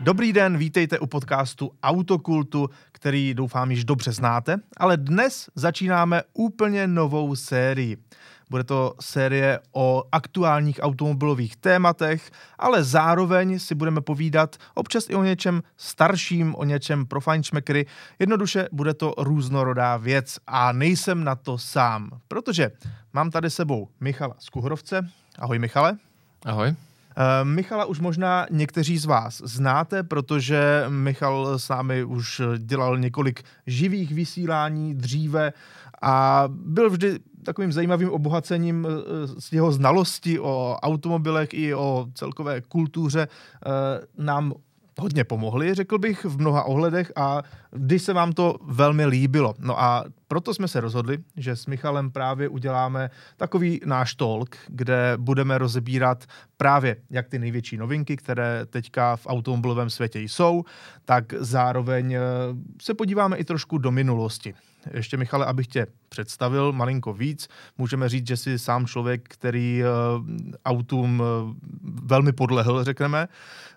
Dobrý den, vítejte u podcastu Autokultu, který doufám již dobře znáte, ale dnes začínáme úplně novou sérii. Bude to série o aktuálních automobilových tématech, ale zároveň si budeme povídat občas i o něčem starším, o něčem pro fajnšmekry. Jednoduše bude to různorodá věc a nejsem na to sám, protože mám tady sebou Michala Skuhrovce. Ahoj Michale. Ahoj. Michala už možná někteří z vás znáte, protože Michal s námi už dělal několik živých vysílání dříve a byl vždy takovým zajímavým obohacením z jeho znalosti o automobilech i o celkové kultuře nám hodně pomohli, řekl bych, v mnoha ohledech a vždy se vám to velmi líbilo. No a proto jsme se rozhodli, že s Michalem právě uděláme takový náš talk, kde budeme rozebírat právě jak ty největší novinky, které teďka v automobilovém světě jsou, tak zároveň se podíváme i trošku do minulosti. Ještě, Michale, abych tě představil malinko víc, můžeme říct, že jsi sám člověk, který autům velmi podlehl, řekneme.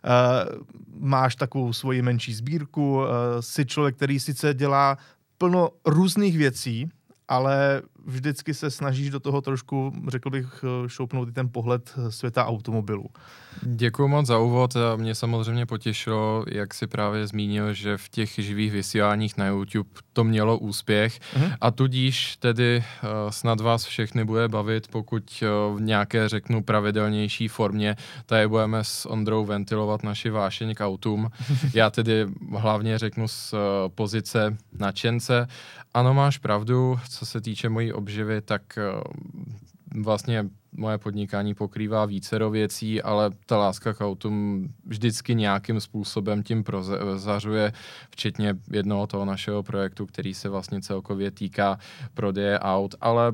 Máš takovou svoji menší sbírku, jsi člověk, který sice dělá plno různých věcí, ale vždycky se snažíš do toho trošku, řekl bych, šoupnout i ten pohled světa automobilů. Děkuju moc za úvod a mě samozřejmě potěšilo, jak si právě zmínil, že v těch živých vysíláních na YouTube to mělo úspěch a tudíž tedy snad vás všechny bude bavit, pokud v nějaké, řeknu, pravidelnější formě tady budeme s Ondrou ventilovat naši vášeň k autům. Já tedy hlavně řeknu z pozice nadšence. Ano, máš pravdu, co se týče mojí obživy, tak vlastně moje podnikání pokrývá vícero věcí, ale ta láska k autům vždycky nějakým způsobem tím prozařuje, včetně jednoho toho našeho projektu, který se vlastně celkově týká prodeje aut, ale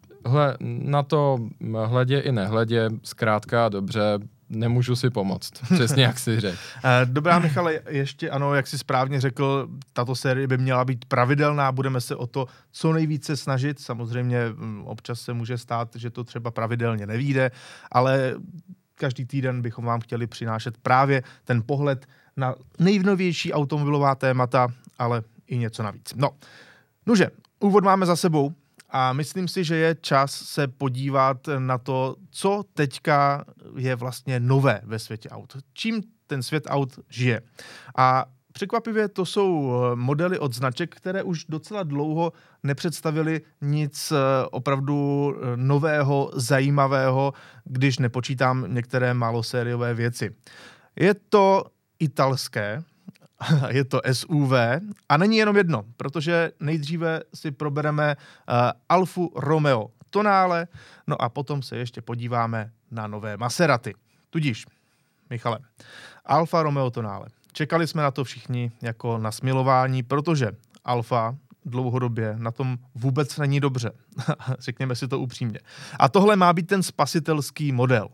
na to hledě i nehledě, zkrátka dobře, nemůžu si pomoct, přesně jak jsi řekl. Dobrá, Michale, ještě ano, jak jsi správně řekl, tato série by měla být pravidelná, budeme se o to co nejvíce snažit, samozřejmě občas se může stát, že to třeba pravidelně nevyjde, ale každý týden bychom vám chtěli přinášet právě ten pohled na nejnovější automobilová témata, ale i něco navíc. Nože, úvod máme za sebou. A myslím si, že je čas se podívat na to, co teďka je vlastně nové ve světě aut. Čím ten svět aut žije. A překvapivě to jsou modely od značek, které už docela dlouho nepředstavili nic opravdu nového, zajímavého, když nepočítám některé malosériové věci. Je to italské, je to SUV a není jenom jedno, protože nejdříve si probereme Alfu Romeo Tonale, no a potom se ještě podíváme na nové Maserati. Tudíž, Michale, Alfa Romeo Tonale. Čekali jsme na to všichni jako na smilování, protože Alfa dlouhodobě na tom vůbec není dobře. Řekněme si to upřímně. A tohle má být ten spasitelský model.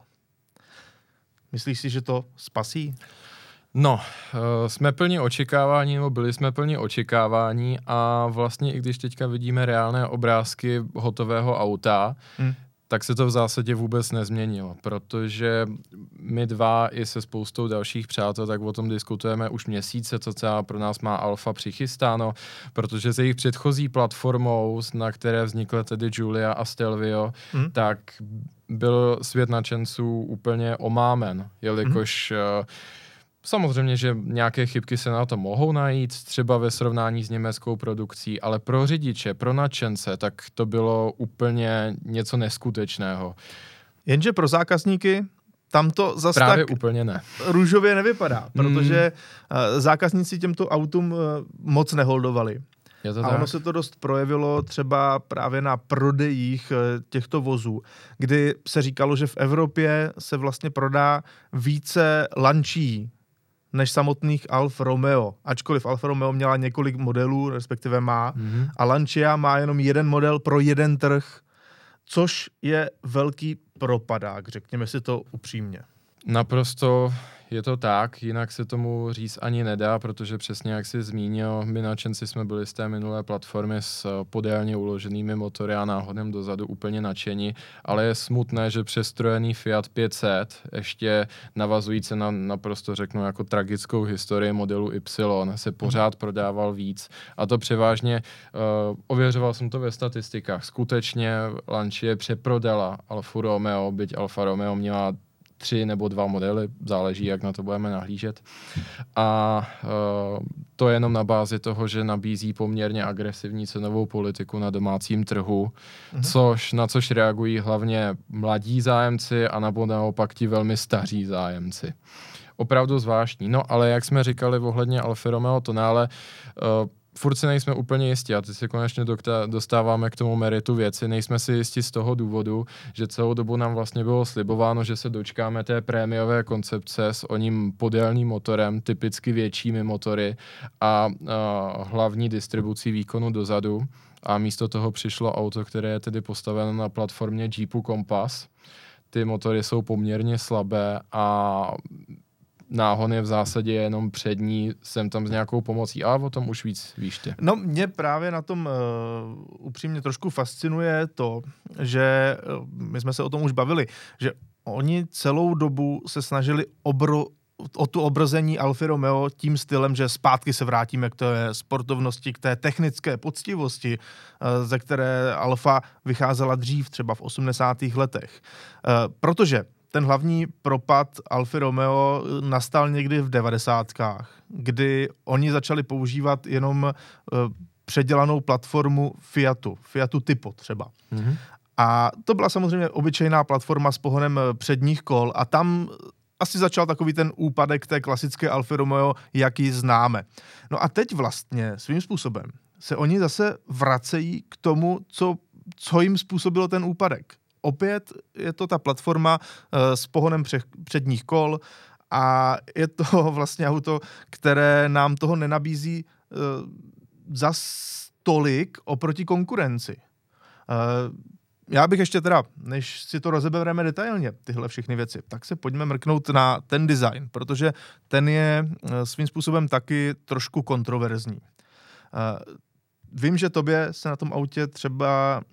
Myslíš si, že to spasí? No, jsme plni očekávání, nebo byli jsme plni očekávání a vlastně i když teďka vidíme reálné obrázky hotového auta, tak se to v zásadě vůbec nezměnilo, protože my dva i se spoustou dalších přátel tak o tom diskutujeme už měsíce, co celá pro nás má Alfa přichystáno, protože s jejich předchozí platformou, na které vznikly tedy Giulia a Stelvio, tak byl svět nadšenců úplně omámen, jelikož samozřejmě, že nějaké chybky se na to mohou najít, třeba ve srovnání s německou produkcí, ale pro řidiče, pro nadšence, tak to bylo úplně něco neskutečného. Jenže pro zákazníky tam to zase právě tak úplně ne. Růžově nevypadá, protože zákazníci těmto autům moc neholdovali. A ono se to dost projevilo třeba právě na prodejích těchto vozů, kdy se říkalo, že v Evropě se vlastně prodá více Lancií než samotných Alfa Romeo. Ačkoliv Alfa Romeo měla několik modelů, respektive má, a Lancia má jenom jeden model pro jeden trh, což je velký propadák, řekněme si to upřímně. Naprosto je to tak, jinak se tomu říct ani nedá, protože přesně jak jsi zmínil, my nadšenci jsme byli z té minulé platformy s podélně uloženými motory a náhodem dozadu úplně nadšení, ale je smutné, že přestrojený Fiat 500, ještě navazující na naprosto řeknu jako tragickou historii modelu Y, se pořád prodával víc. A to převážně, ověřoval jsem to ve statistikách, skutečně Lancia přeprodala Alfa Romeo, byť Alfa Romeo měla 3 nebo 2 modely, záleží, jak na to budeme nahlížet. A to je jenom na bázi toho, že nabízí poměrně agresivní cenovou politiku na domácím trhu, na což reagují hlavně mladí zájemci a nebo naopak ti velmi staří zájemci. Opravdu zvláštní. No, ale jak jsme říkali ohledně Alfa Romeo Tonale, furt si nejsme úplně jistí a teď se konečně dostáváme k tomu meritu věci. Nejsme si jistí z toho důvodu, že celou dobu nám vlastně bylo slibováno, že se dočkáme té prémiové koncepce s oním podélným motorem, typicky většími motory a hlavní distribucí výkonu dozadu. A místo toho přišlo auto, které je tedy postaveno na platformě Jeepu Compass. Ty motory jsou poměrně slabé a náhon je v zásadě jenom přední, jsem tam s nějakou pomocí, a o tom už víc víš ty. No, mě právě na tom upřímně trošku fascinuje to, že my jsme se o tom už bavili, že oni celou dobu se snažili o tu obrození Alfy Romeo tím stylem, že zpátky se vrátíme k té sportovnosti, k té technické poctivosti, ze které Alfa vycházela dřív, třeba v 80. letech. Protože ten hlavní propad Alfy Romeo nastal někdy v 90kách, kdy oni začali používat jenom předělanou platformu Fiatu Tipo třeba. Mm-hmm. A to byla samozřejmě obyčejná platforma s pohonem předních kol a tam asi začal takový ten úpadek té klasické Alfy Romeo, jaký známe. No a teď vlastně svým způsobem se oni zase vracejí k tomu, co jim způsobilo ten úpadek. Opět je to ta platforma s pohonem předních kol a je to vlastně auto, které nám toho nenabízí za tolik oproti konkurenci. Já bych ještě teda, než si to rozebereme detailně, tyhle všechny věci, tak se pojďme mrknout na ten design, protože ten je svým způsobem taky trošku kontroverzní. Vím, že tobě se na tom autě třeba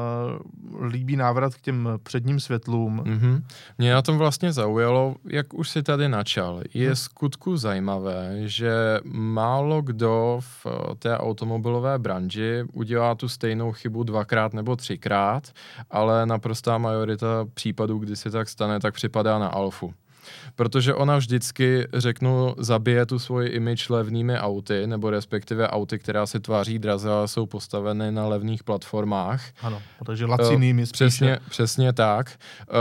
líbí návrat k těm předním světlům. Mm-hmm. Mě na tom vlastně zaujalo, jak už si tady načal. Je skutku zajímavé, že málo kdo v té automobilové branži udělá tu stejnou chybu 2x nebo 3x, ale naprostá majorita případů, kdy se tak stane, tak připadá na Alfu. Protože ona vždycky, řeknu, zabije tu svoji image levnými auty, nebo respektive auty, která se tváří draze, ale jsou postaveny na levných platformách. Ano, takže lacinými spíše. Přesně tak.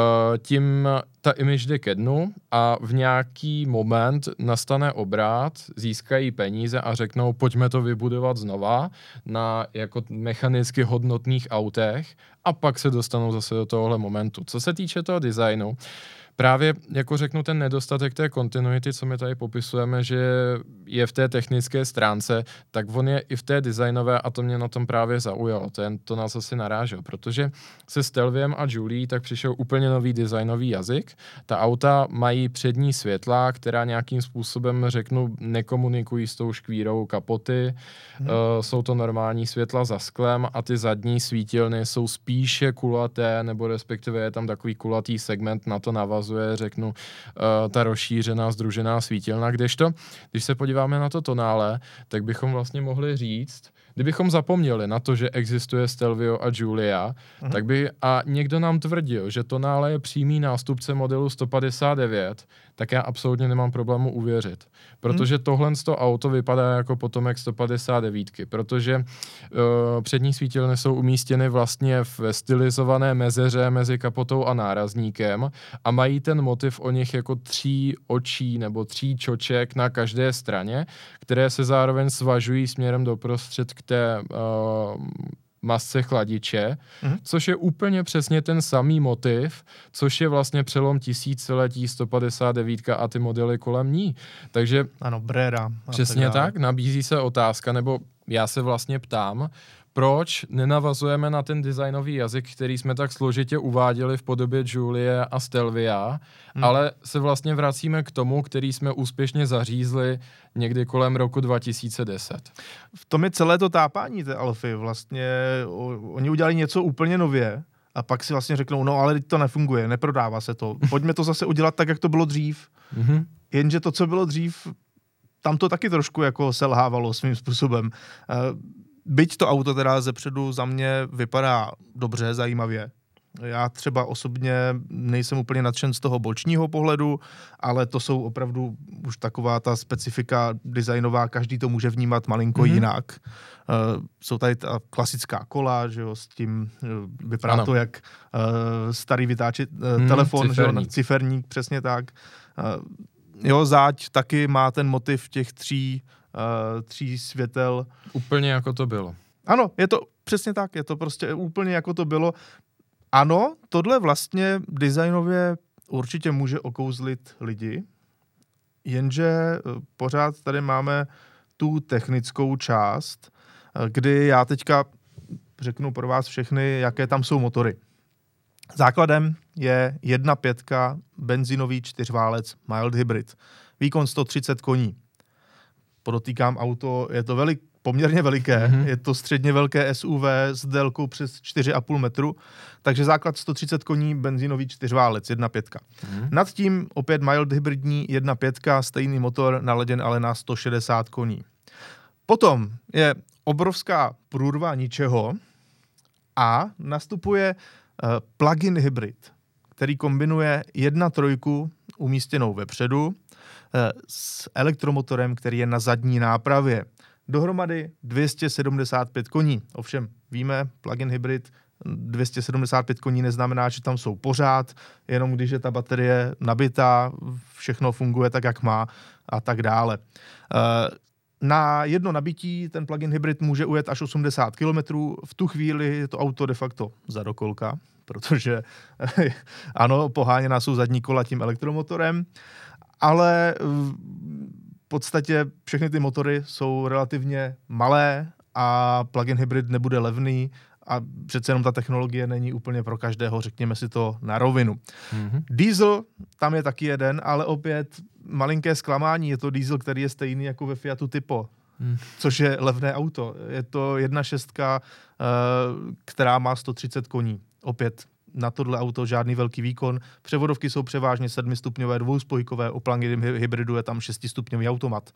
Tím ta image jde ke dnu a v nějaký moment nastane obrat, získají peníze a řeknou, pojďme to vybudovat znova na jako mechanicky hodnotných autech a pak se dostanou zase do tohohle momentu. Co se týče toho designu, právě, jako řeknu, ten nedostatek té kontinuity, co my tady popisujeme, že je v té technické stránce, tak on je i v té designové a to mě na tom právě zaujalo. To nás asi narážel, protože se Stelviem a Julie tak přišel úplně nový designový jazyk. Ta auta mají přední světla, která nějakým způsobem, řeknu, nekomunikují s tou škvírou kapoty. Jsou to normální světla za sklem a ty zadní svítilny jsou spíše kulaté, nebo respektive je tam takový kulatý segment, na to navazuje, řeknu, ta rozšířená, sdružená svítilna, kdežto, když se podíváme na to Tonale, tak bychom vlastně mohli říct, kdybychom zapomněli na to, že existuje Stelvio a Giulia, tak by, a někdo nám tvrdil, že Tonale je přímý nástupce modelu 159, tak já absolutně nemám problému uvěřit. Protože tohle auto vypadá jako potomek 159, protože přední svítilny jsou umístěny vlastně v stylizované mezeře mezi kapotou a nárazníkem a mají ten motiv o nich jako 3 očí nebo 3 čoček na každé straně, které se zároveň svažují směrem doprostřed k té masce chladiče, což je úplně přesně ten samý motiv, což je vlastně přelom tisíciletí 159 a ty modely kolem ní. Takže ano, Brera. Přesně tak, nabízí se otázka, nebo já se vlastně ptám, proč nenavazujeme na ten designový jazyk, který jsme tak složitě uváděli v podobě Julie a Stelvia, ale se vlastně vracíme k tomu, který jsme úspěšně zařízli někdy kolem roku 2010. V tom je celé to tápání té Alfy. Vlastně oni udělali něco úplně nově a pak si vlastně řeknou, no ale to nefunguje, neprodává se to. Pojďme to zase udělat tak, jak to bylo dřív. Jenže to, co bylo dřív, tam to taky trošku jako selhávalo svým způsobem. Byť to auto teda zepředu za mě vypadá dobře, zajímavě. Já třeba osobně nejsem úplně nadšen z toho bočního pohledu, ale to jsou opravdu už taková ta specifika designová, každý to může vnímat malinko jinak. Jsou tady ta klasická kola, že jo, s tím vypadá to jak starý vytáčet telefon, ciferník. Že jo, ciferník, přesně tak. Jo, záď taky má ten motiv těch tří světel. Úplně jako to bylo. Ano, je to přesně tak, je to prostě úplně jako to bylo. Ano, tohle vlastně designově určitě může okouzlit lidi, jenže pořád tady máme tu technickou část, kdy já teďka řeknu pro vás všechny, jaké tam jsou motory. Základem je 1.5 benzínový čtyřválec mild hybrid. Výkon 130 koní. Podotýkám, auto je to poměrně veliké, je to středně velké SUV s délkou přes 4,5 metru, takže základ 130 koní, benzínový čtyřválec, 1.5. Nad tím opět mild hybridní 1.5, stejný motor, naladěn ale na 160 koní. Potom je obrovská průrva ničeho a nastupuje plug-in hybrid, který kombinuje 1.3 umístěnou vepředu s elektromotorem, který je na zadní nápravě. Dohromady 275 koní. Ovšem víme, plug-in hybrid 275 koní neznamená, že tam jsou pořád, jenom když je ta baterie nabitá, všechno funguje tak, jak má a tak dále. Na jedno nabití ten plug-in hybrid může ujet až 80 km. V tu chvíli je to auto de facto zadokolka, protože ano, poháněná jsou zadní kola tím elektromotorem, ale v podstatě všechny ty motory jsou relativně malé a plug-in hybrid nebude levný a přece jenom ta technologie není úplně pro každého, řekněme si to na rovinu. Diesel, tam je taky jeden, ale opět malinké zklamání, je to diesel, který je stejný jako ve Fiatu Tipo, což je levné auto. Je to 1.6, která má 130 koní. Opět na tohle auto žádný velký výkon. Převodovky jsou převážně 7stupňové, dvouspojkové, o plug-in hybridu je tam 6stupňový automat.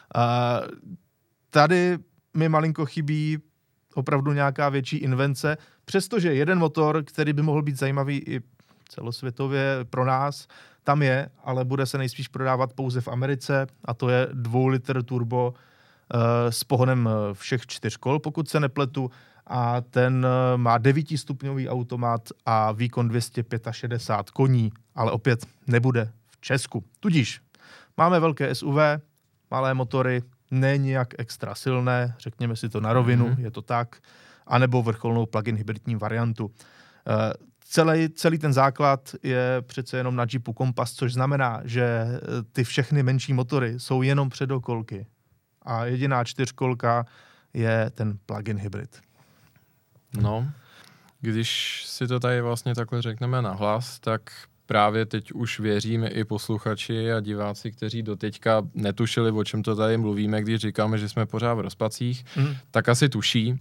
Tady mi malinko chybí opravdu nějaká větší invence, přestože jeden motor, který by mohl být zajímavý i celosvětově pro nás, tam je, ale bude se nejspíš prodávat pouze v Americe a to je 2-litr turbo s pohonem všech 4 kol, pokud se nepletu, a ten má 9stupňový automat a výkon 265 koní, ale opět nebude v Česku. Tudíž máme velké SUV, malé motory, ne nijak extra silné, řekněme si to na rovinu, je to tak, anebo vrcholnou plug-in hybridní variantu. Celý ten základ je přece jenom na Jeepu Compass, což znamená, že ty všechny menší motory jsou jenom předokolky a jediná 4kolka je ten plug-in hybrid. No, když si to tady vlastně takhle řekneme nahlas, tak právě teď už věříme i posluchači a diváci, kteří doteďka netušili, o čem to tady mluvíme, když říkáme, že jsme pořád v rozpacích, tak asi tuší.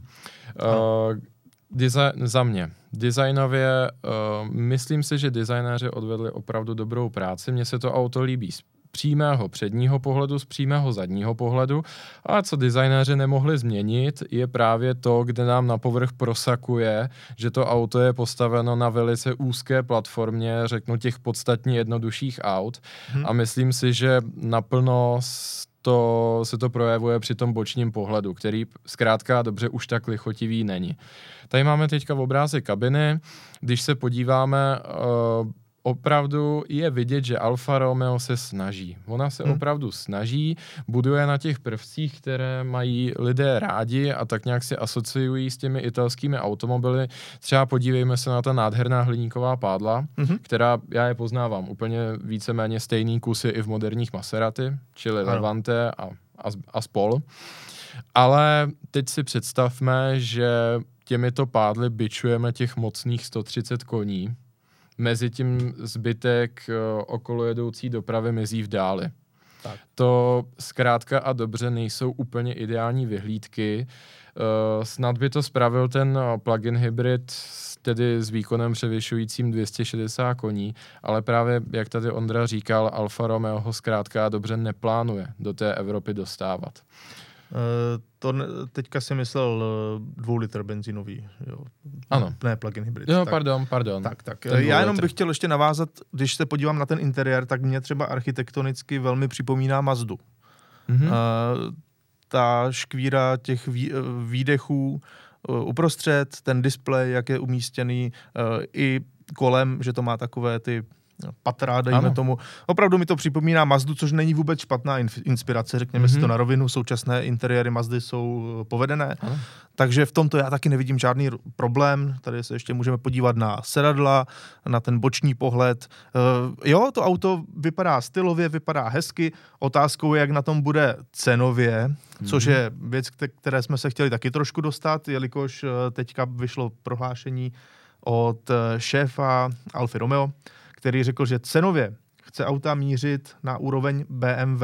Za mě, designově, myslím si, že designéři odvedli opravdu dobrou práci. Mně se to auto líbí z přímého předního pohledu, z přímého zadního pohledu, a co designéři nemohli změnit, je právě to, kde nám na povrch prosakuje, že to auto je postaveno na velice úzké platformě, řeknu těch podstatně jednodušších aut, a myslím si, že naplno se to projevuje při tom bočním pohledu, který zkrátka dobře už tak lichotivý není. Tady máme teďka obrázek kabiny, když se podíváme, opravdu je vidět, že Alfa Romeo se snaží. Ona se opravdu snaží, buduje na těch prvcích, které mají lidé rádi a tak nějak si asociují s těmi italskými automobily. Třeba podívejme se na ta nádherná hliníková pádla, která, já je poznávám, úplně víceméně stejný kusy i v moderních Maserati, čili Levante a Spol. Ale teď si představme, že těmito pádly bičujeme těch mocných 130 koní, mezi tím zbytek okolojedoucí dopravy mizí v dáli. Tak. To zkrátka a dobře nejsou úplně ideální vyhlídky. Snad by to spravil ten plug-in hybrid, tedy s výkonem převyšujícím 260 koní, ale právě, jak tady Ondra říkal, Alfa Romeo ho zkrátka a dobře neplánuje do té Evropy dostávat. Teďka si myslel 2 litr benzinový. Jo. Ano. Ne plug-in hybrid. Jo, pardon. Tak. Já jenom bych chtěl ještě navázat, když se podívám na ten interiér, tak mě třeba architektonicky velmi připomíná Mazdu. Mhm. Ta škvíra těch výdechů uprostřed, ten displej, jak je umístěný, i kolem, že to má takové ty patra, dejme tomu. Opravdu mi to připomíná Mazdu, což není vůbec špatná inspirace, řekněme si to na rovinu. Současné interiéry Mazdy jsou povedené. Takže v tomto já taky nevidím žádný problém. Tady se ještě můžeme podívat na sedadla, na ten boční pohled. Jo, to auto vypadá stylově, vypadá hezky. Otázkou je, jak na tom bude cenově, což je věc, které jsme se chtěli taky trošku dostat, jelikož teďka vyšlo prohlášení od šéfa Alfy Romeo, který řekl, že cenově chce auta mířit na úroveň BMW.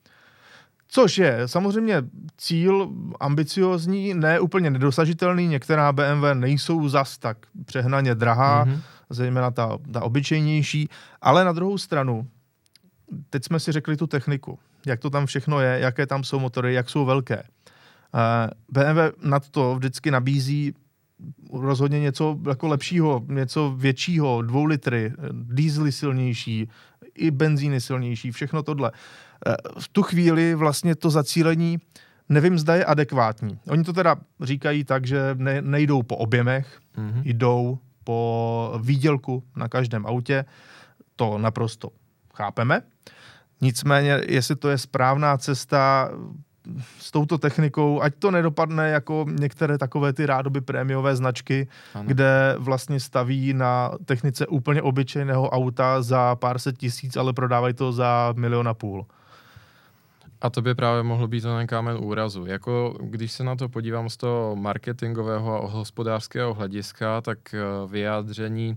Což je samozřejmě cíl ambiciózní, ne úplně nedosažitelný. Některá BMW nejsou zas tak přehnaně drahá, zejména ta obyčejnější. Ale na druhou stranu, teď jsme si řekli tu techniku, jak to tam všechno je, jaké tam jsou motory, jak jsou velké. BMW nad to vždycky nabízí rozhodně něco jako lepšího, něco většího, 2 litry, diesely silnější, i benzíny silnější, všechno tohle. V tu chvíli vlastně to zacílení nevím, zda je adekvátní. Oni to teda říkají tak, že nejdou po objemech, jdou po výdělku na každém autě. To naprosto chápeme. Nicméně, jestli to je správná cesta s touto technikou, ať to nedopadne jako některé takové ty rádoby prémiové značky, kde vlastně staví na technice úplně obyčejného auta za pár set tisíc, ale prodávají to za 1,5 milionu. A to by právě mohlo být ten kámen úrazu. Jako když se na to podívám z toho marketingového a hospodářského hlediska, tak vyjádření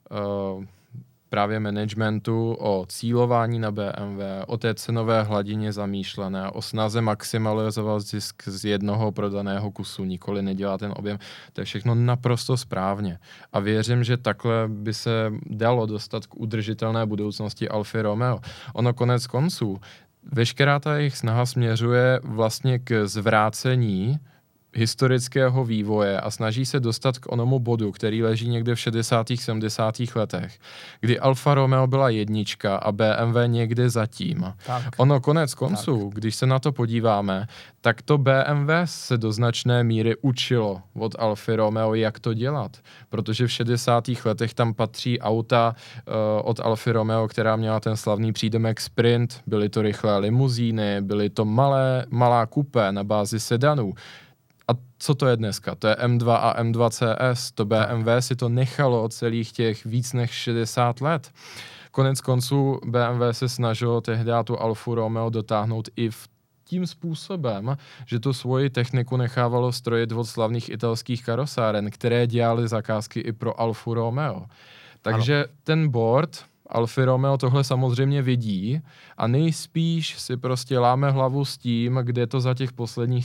právě managementu o cílování na BMW, o té cenové hladině zamýšlené, o snaze maximalizovat zisk z jednoho prodaného kusu, nikoli nedělá ten objem. To je všechno naprosto správně. A věřím, že takhle by se dalo dostat k udržitelné budoucnosti Alfy Romeo. Ono konec konců, veškerá ta jejich snaha směřuje vlastně k zvrácení historického vývoje a snaží se dostat k onomu bodu, který leží někde v 60. 70. letech, kdy Alfa Romeo byla jednička a BMW někde zatím. Tak. Ono konec konců, když se na to podíváme, tak to BMW se do značné míry učilo od Alfy Romeo, jak to dělat. Protože v 60. letech tam patří auta od Alfy Romeo, která měla ten slavný přídomek Sprint, byly to rychlé limuzíny, byly to malá kupé na bázi sedanů. A co to je dneska? To je M2 a M2 CS. To BMW si to nechalo celých těch víc než 60 let. Konec konců BMW se snažilo tehdy tu Alfu Romeo dotáhnout i tím způsobem, že tu svoji techniku nechávalo strojit od slavných italských karosáren, které dělaly zakázky i pro Alfu Romeo. Takže ten board Alfy Romeo tohle samozřejmě vidí a nejspíš si prostě láme hlavu s tím, kde to za těch posledních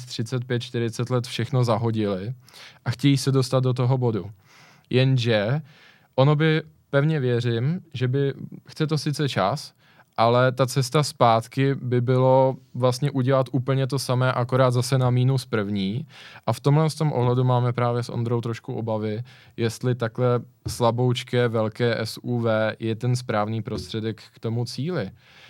35-40 let všechno zahodili a chtějí se dostat do toho bodu. Jenže ono by, pevně věřím, že chce to sice čas, ale ta cesta zpátky by bylo vlastně udělat úplně to samé, akorát zase na minus první. A v tomhle ohledu máme právě s Ondrou trošku obavy, jestli takhle slaboučké velké SUV je ten správný prostředek k tomu cíli.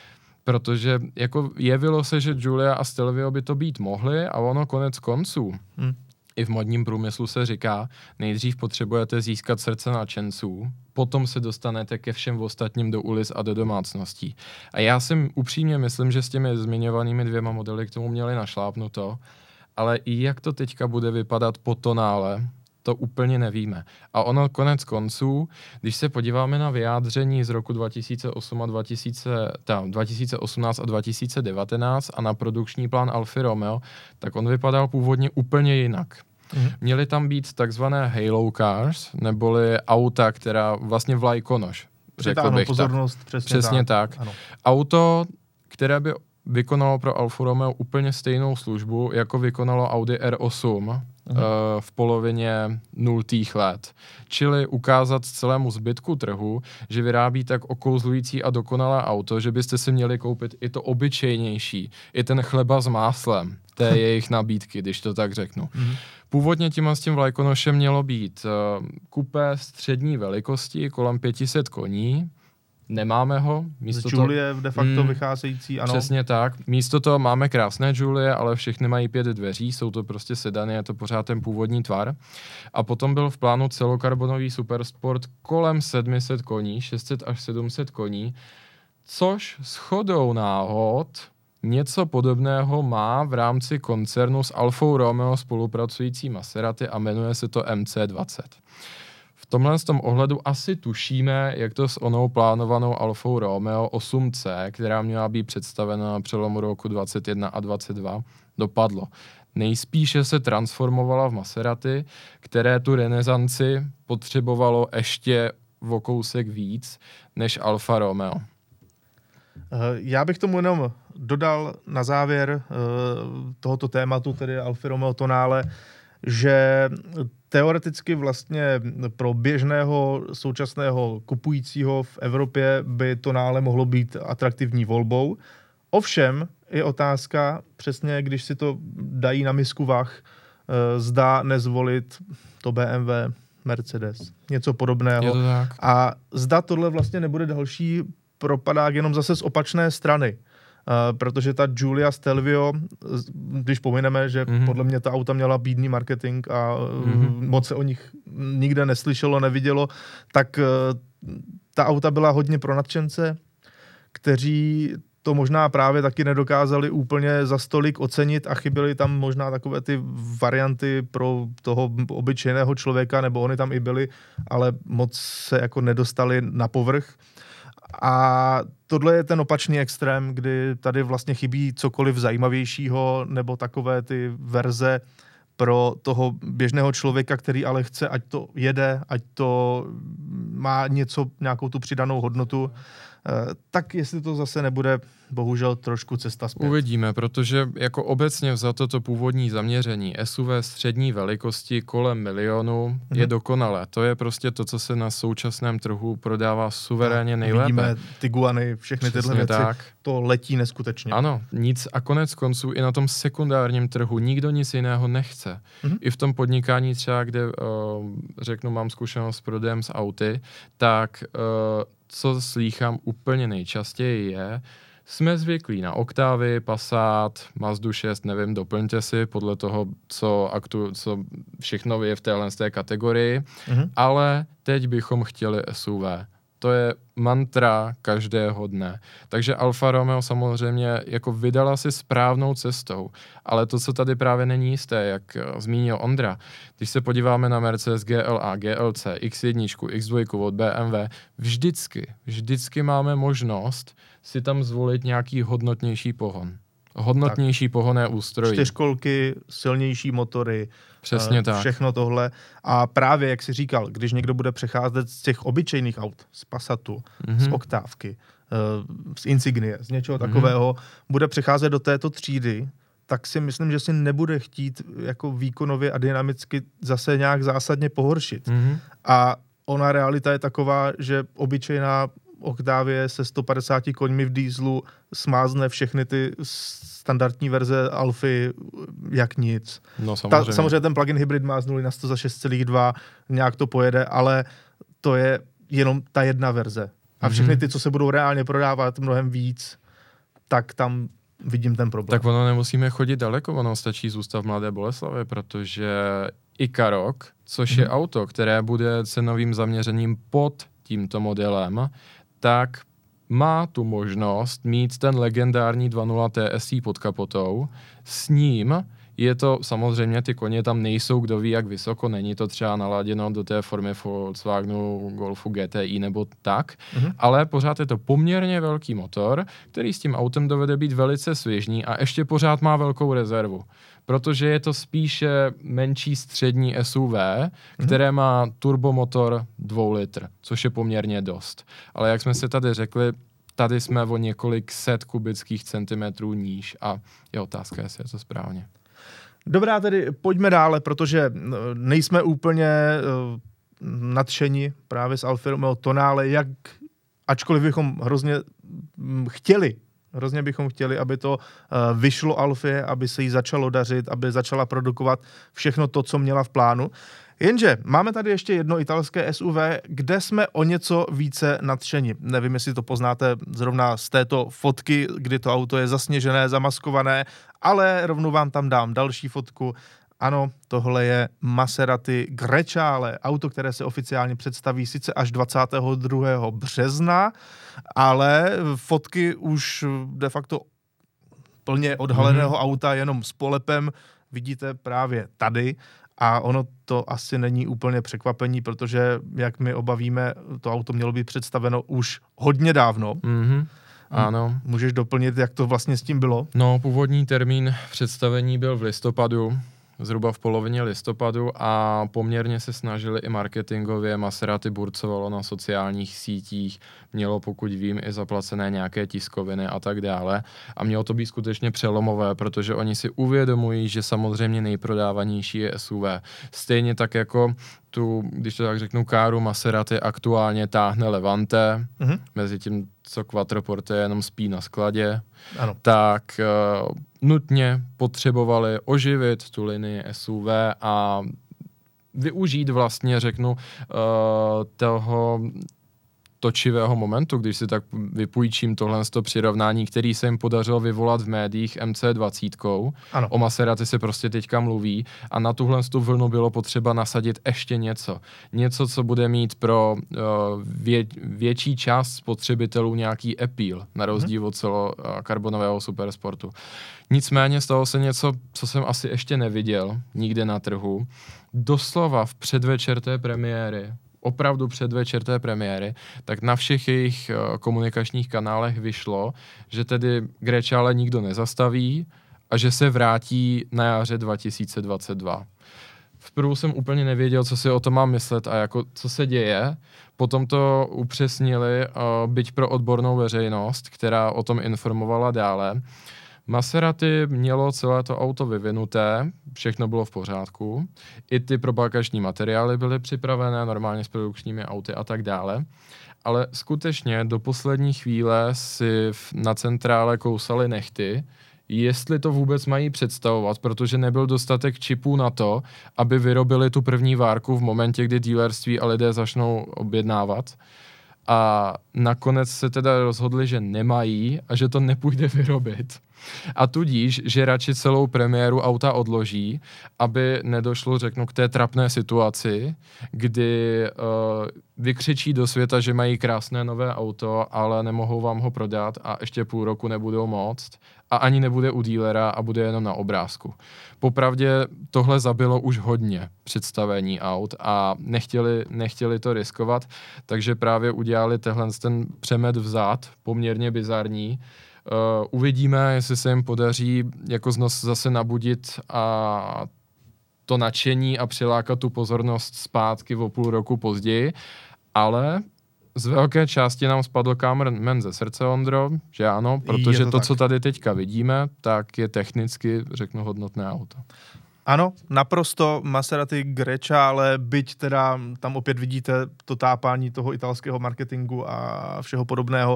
Protože jako jevilo se, že Giulia a Stelvio by to být mohly a ono konec konců. I v modním průmyslu se říká, nejdřív potřebujete získat srdce nadšenců, potom se dostanete ke všem ostatním do ulic a do domácností. A já si upřímně myslím, že s těmi zmiňovanými 2 modely k tomu měli našlápnuto, ale i jak to teďka bude vypadat po tonále, to úplně nevíme. A ono konec konců, když se podíváme na vyjádření z roku 2018 a 2019 a na produkční plán Alfy Romeo, tak on vypadal původně úplně jinak. Měly tam být takzvané Halo Cars, neboli auta, která vlastně vlajkonoš. Přitáhnou pozornost, tak. Přesně tak. Ano. Auto, které by vykonalo pro Alfu Romeo úplně stejnou službu, jako vykonalo Audi R8 v polovině 0. let. Čili ukázat celému zbytku trhu, že vyrábí tak okouzlující a dokonalé auto, že byste si měli koupit i to obyčejnější, i ten chleba s máslem té jejich nabídky, když to tak řeknu. Původně s tím vlajkonošem mělo být kupé střední velikosti kolem 500 koní. Nemáme ho. Z Julie de facto vycházející, ano. Přesně tak. Místo toho máme krásné Julie, ale všechny mají 5 dveří, jsou to prostě sedany, je to pořád ten původní tvar. A potom byl v plánu celokarbonový Supersport kolem 700 koní, 600 až 700 koní, což shodou náhod něco podobného má v rámci koncernu s Alfou Romeo spolupracující Maserati a jmenuje se to MC20. V tomhle ohledu asi tušíme, jak to s onou plánovanou Alfou Romeo 8C, která měla být představena na přelomu roku 21 a 22, dopadlo. Nejspíše se transformovala v Maserati, které tu renesanci potřebovalo ještě o kousek víc než Alfa Romeo. Já bych tomu jenom dodal na závěr tohoto tématu, tedy Alfy Romeo Tonale, že teoreticky vlastně pro běžného současného kupujícího v Evropě by Tonale mohlo být atraktivní volbou. Ovšem je otázka, přesně když si to dají na misku vah, zda nezvolit to BMW, Mercedes, něco podobného. A zda tohle vlastně nebude další propadák jenom zase z opačné strany. Protože ta Giulia Stelvio, když pomineme, že podle mě ta auta měla bídný marketing a moc se o nich nikde neslyšelo, nevidělo, tak ta auta byla hodně pro nadšence, kteří to možná právě taky nedokázali úplně za stolik ocenit a chyběly tam možná takové ty varianty pro toho obyčejného člověka, nebo oni tam i byly, ale moc se jako nedostali na povrch. A tohle je ten opačný extrém, kdy tady vlastně chybí cokoliv zajímavějšího nebo takové ty verze pro toho běžného člověka, který ale chce, ať to jede, ať to má nějakou tu přidanou hodnotu, tak jestli to zase nebude bohužel trošku cesta zpět. Uvidíme, protože jako obecně vzato to původní zaměření SUV střední velikosti kolem 1 milionu je dokonalé. To je prostě to, co se na současném trhu prodává suverénně nejlépe. Vidíme Tiguany, všechny tyhle věci. Tak. To letí neskutečně. Ano, nic a konec konců i na tom sekundárním trhu nikdo nic jiného nechce. I v tom podnikání třeba, kde řeknu, mám zkušenost s prodejem s auty, tak co slýchám úplně nejčastěji je, jsme zvyklí na Octavy, Passat, Mazdu 6, nevím, doplňte si podle toho, co všechno je v téhle kategorii, ale teď bychom chtěli SUV. To je mantra každého dne. Takže Alfa Romeo samozřejmě jako vydala si správnou cestou, ale to, co tady právě není jisté, jak zmínil Ondra, když se podíváme na Mercedes GLA, GLC, X1, X2 od BMW, vždycky máme možnost si tam zvolit nějaký hodnotnější pohon. Hodnotnější pohonné ústrojí. 4kolky, silnější motory, přesně tak. Všechno tohle. A právě, jak jsi říkal, když někdo bude přecházet z těch obyčejných aut, z Passatu, z Oktávky, z Insignie, z něčeho takového, bude přecházet do této třídy, tak si myslím, že si nebude chtít jako výkonově a dynamicky zase nějak zásadně pohoršit. A ona realita je taková, že obyčejná Octavie se 150 koňmi v dieselu smázne všechny ty standardní verze Alfy jak nic. No, samozřejmě. Samozřejmě ten plug-in hybrid má z 0 na 100 za 6,2, nějak to pojede, ale to je jenom ta jedna verze. A všechny ty, co se budou reálně prodávat mnohem víc, tak tam vidím ten problém. Tak ono nemusíme chodit daleko, ono stačí zůstat v Mladé Boleslavi, protože Ikarok, což je auto, které bude cenovým zaměřením pod tímto modelem, tak má tu možnost mít ten legendární 2.0 TSI pod kapotou. S ním Je to samozřejmě, ty koně tam nejsou kdo ví jak vysoko, není to třeba naladěno do té formy Volkswagenu Golfu GTI nebo tak, ale pořád je to poměrně velký motor, který s tím autem dovede být velice svěžný a ještě pořád má velkou rezervu. Protože je to spíše menší střední SUV, které má turbomotor 2 litr, což je poměrně dost. Ale jak jsme si tady řekli, tady jsme o několik set kubických centimetrů níž a je otázka, jestli je to správně. Dobrá, tedy pojďme dále, protože nejsme úplně nadšeni právě z Alfy Romeo Tonale, ačkoliv bychom hrozně bychom chtěli, aby to vyšlo Alfě, aby se jí začalo dařit, aby začala produkovat všechno to, co měla v plánu. Jenže máme tady ještě jedno italské SUV, kde jsme o něco více nadšeni. Nevím, jestli to poznáte zrovna z této fotky, kdy to auto je zasněžené, zamaskované, ale rovnou vám tam dám další fotku. Ano, tohle je Maserati Grecale, auto, které se oficiálně představí sice až 22. března, ale fotky už de facto plně odhaleného auta jenom s polepem vidíte právě tady. A ono to asi není úplně překvapení, protože, jak my obavíme, to auto mělo být představeno už hodně dávno. Ano. Můžeš doplnit, jak to vlastně s tím bylo? No, původní termín představení byl v listopadu, zhruba v polovině listopadu a poměrně se snažili i marketingově. Maserati burcovalo na sociálních sítích, mělo, pokud vím, i zaplacené nějaké tiskoviny a tak dále. A mělo to být skutečně přelomové, protože oni si uvědomují, že samozřejmě nejprodávanější je SUV. Stejně tak jako když to tak řeknu, káru Maserati aktuálně táhne Levante, mezi tím, co Quattroporte jenom spí na skladě, ano. Tak nutně potřebovali oživit tu linii SUV a využít vlastně, řeknu, toho točivého momentu, když si tak vypůjčím tohle přirovnání, který se jim podařilo vyvolat v médiích MC20. Ano. O Maserati se prostě teďka mluví a na tuhle vlnu bylo potřeba nasadit ještě něco. Něco, co bude mít pro větší část spotřebitelů nějaký appeal, na rozdíl od celokarbonového supersportu. Nicméně stalo se něco, co jsem asi ještě neviděl nikde na trhu. Doslova v předvečer té premiéry, opravdu předvečer té premiéry, tak na všech jejich komunikačních kanálech vyšlo, že tedy Grecale nikdo nezastaví a že se vrátí na jaře 2022. Vprvu jsem úplně nevěděl, co si o tom mám myslet a jako co se děje. Potom to upřesnili, byť pro odbornou veřejnost, která o tom informovala dále. Maserati mělo celé to auto vyvinuté, všechno bylo v pořádku, i ty propagační materiály byly připravené normálně s produkčními auty a tak dále, ale skutečně do poslední chvíle si na centrále kousali nehty, jestli to vůbec mají představovat, protože nebyl dostatek čipů na to, aby vyrobili tu první várku v momentě, kdy dealerství a lidé začnou objednávat. A nakonec se teda rozhodli, že nemají a že to nepůjde vyrobit. A tudíž, že radši celou premiéru auta odloží, aby nedošlo, řeknu, k té trapné situaci, kdy vykřičí do světa, že mají krásné nové auto, ale nemohou vám ho prodat a ještě půl roku nebudou moct a ani nebude u dílera a bude jenom na obrázku. Popravdě tohle zabilo už hodně představení aut a nechtěli to riskovat, takže právě udělali ten přemet vzad, poměrně bizarní. Uvidíme, jestli se jim podaří jako zase nabudit a to nadšení a přilákat tu pozornost zpátky o půl roku později, ale z velké části nám spadl kámen ze srdce, Ondro, že ano, protože to co tady teďka vidíme, tak je technicky, řeknu, hodnotné auto. Ano, naprosto Maserati Grecale, byť teda tam opět vidíte to tápání toho italského marketingu a všeho podobného,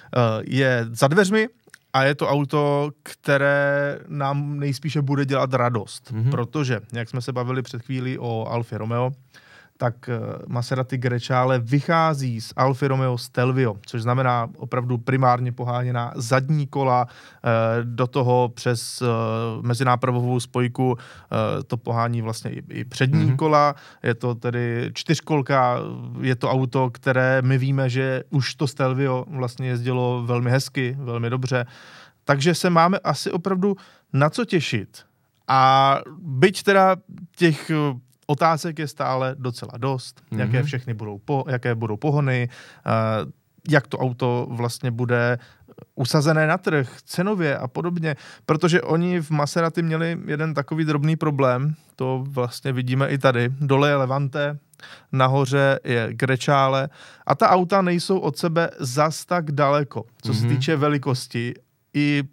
je za dveřmi a je to auto, které nám nejspíše bude dělat radost, protože, jak jsme se bavili před chvílí o Alfě Romeo, tak Maserati Grecale vychází z Alfy Romeo Stelvio, což znamená opravdu primárně poháněná zadní kola, do toho přes mezinápravovou spojku to pohání vlastně i přední kola, je to tedy čtyřkolka, je to auto, které my víme, že už to Stelvio vlastně jezdilo velmi hezky, velmi dobře, takže se máme asi opravdu na co těšit. A byť teda těch otázek je stále docela dost, jaké všechny jaké budou pohony, jak to auto vlastně bude usazené na trh, cenově a podobně, protože oni v Maserati měli jeden takový drobný problém, to vlastně vidíme i tady, dole je Levante, nahoře je Grecale a ta auta nejsou od sebe zas tak daleko, co se týče velikosti i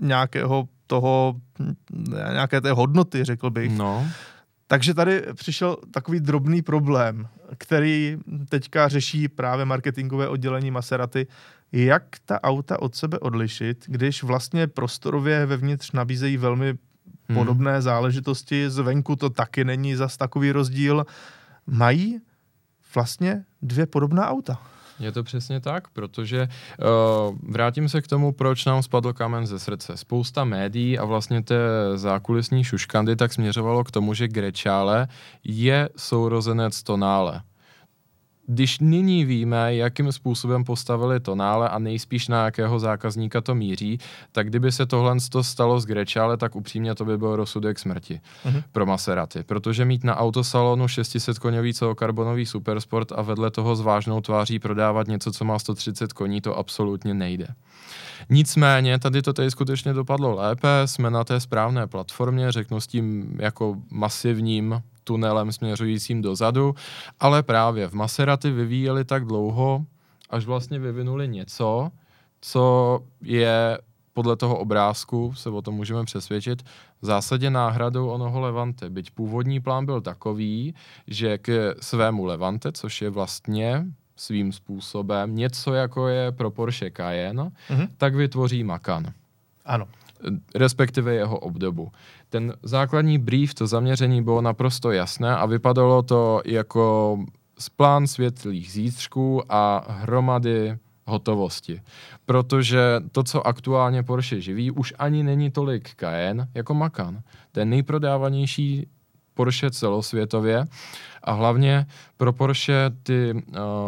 nějaké té hodnoty, řekl bych. No. Takže tady přišel takový drobný problém, který teďka řeší právě marketingové oddělení Maserati, jak ta auta od sebe odlišit, když vlastně prostorově vevnitř nabízejí velmi podobné záležitosti, zvenku to taky není zas takový rozdíl. Mají vlastně dvě podobná auta. Je to přesně tak, protože vrátím se k tomu, proč nám spadl kámen ze srdce. Spousta médií a vlastně té zákulisní šuškandy tak směřovalo k tomu, že Grecale je sourozenec Tonale. Když nyní víme, jakým způsobem postavili Tonale a nejspíš na jakého zákazníka to míří, tak kdyby se tohle stalo z Grecale, tak upřímně to by byl rozsudek smrti pro Maserati. Protože mít na autosalonu 600-koňový celokarbonový supersport a vedle toho s vážnou tváří prodávat něco, co má 130 koní, to absolutně nejde. Nicméně, tady to tady skutečně dopadlo lépe, jsme na té správné platformě, řeknu s tím jako masivním tunelem směřujícím dozadu, ale právě v Maserati vyvíjeli tak dlouho, až vlastně vyvinuli něco, co je podle toho obrázku, se o tom můžeme přesvědčit, v zásadě náhradou onoho Levante. Byť původní plán byl takový, že k svému Levante, což je vlastně svým způsobem něco jako je pro Porsche Cayenne, tak vytvoří Macan. Ano. Respektive jeho obdobu. Ten základní brief, to zaměření bylo naprosto jasné a vypadalo to jako plán světlých zítřků a hromady hotovosti. Protože to, co aktuálně Porsche živí, už ani není tolik Cayenne jako Macan. Ten nejprodávanější Porsche celosvětově a hlavně pro Porsche ty,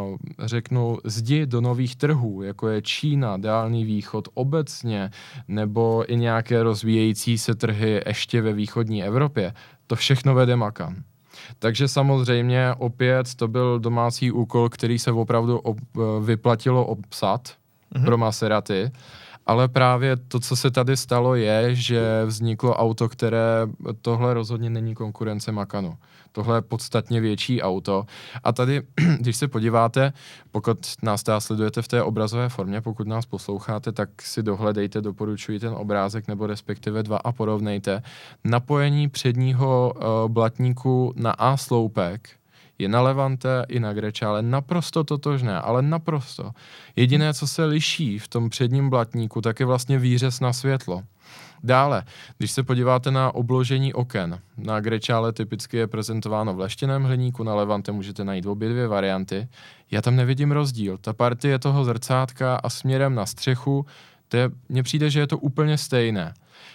řeknu, zdi do nových trhů, jako je Čína, Dálný východ obecně, nebo i nějaké rozvíjející se trhy ještě ve východní Evropě, to všechno vede Macan. Takže samozřejmě opět to byl domácí úkol, který se opravdu vyplatilo obsat pro Maserati. Ale právě to, co se tady stalo, je, že vzniklo auto, které tohle rozhodně není konkurence Macanu. Tohle je podstatně větší auto. A tady, když se podíváte, pokud nás teda sledujete v té obrazové formě, pokud nás posloucháte, tak si dohledejte, doporučuji ten obrázek, nebo respektive dva a porovnejte. Napojení předního blatníku na A sloupek je na Levante i na Grecale naprosto totožné, ale naprosto. Jediné, co se liší v tom předním blatníku, tak je vlastně výřez na světlo. Dále, když se podíváte na obložení oken, na Grecale typicky je prezentováno v leštěném hliníku, na Levante můžete najít obě dvě varianty. Já tam nevidím rozdíl. Ta partie toho zrcátka a směrem na střechu, mně přijde, že je to úplně stejné.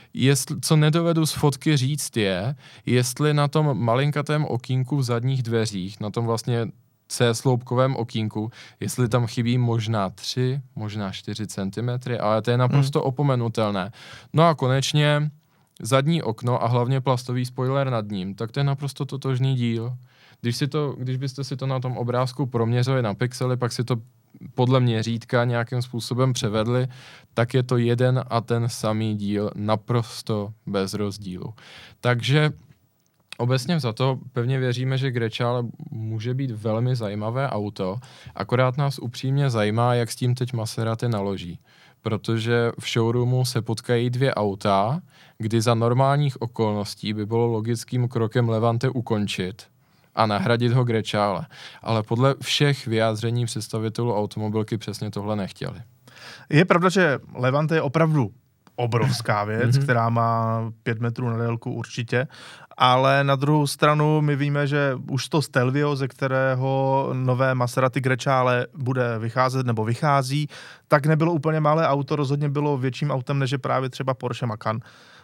Co nedovedu z fotky říct je, jestli na tom malinkatém okýnku v zadních dveřích, na tom vlastně C-sloupkovém okýnku, jestli tam chybí možná 3, možná 4 cm, ale to je naprosto opomenutelné. No a konečně zadní okno a hlavně plastový spoiler nad ním, tak to je naprosto totožný díl. Když byste si to na tom obrázku proměřili na pixely, pak si to podle měřítka nějakým způsobem převedli, tak je to jeden a ten samý díl naprosto bez rozdílu. Takže obecně za to pevně věříme, že Grecale může být velmi zajímavé auto, akorát nás upřímně zajímá, jak s tím teď Maserati naloží. Protože v showroomu se potkají dvě auta, kdy za normálních okolností by bylo logickým krokem Levante ukončit a nahradit ho Grecale. Ale podle všech vyjádření představitelů automobilky přesně tohle nechtěli. Je pravda, že Levante je opravdu obrovská věc, která má 5 metrů na délku určitě, ale na druhou stranu my víme, že už to Stelvio, ze kterého nové Maserati Grecale bude vycházet nebo vychází, tak nebylo úplně malé auto, rozhodně bylo větším autem, než je právě třeba Porsche Macan.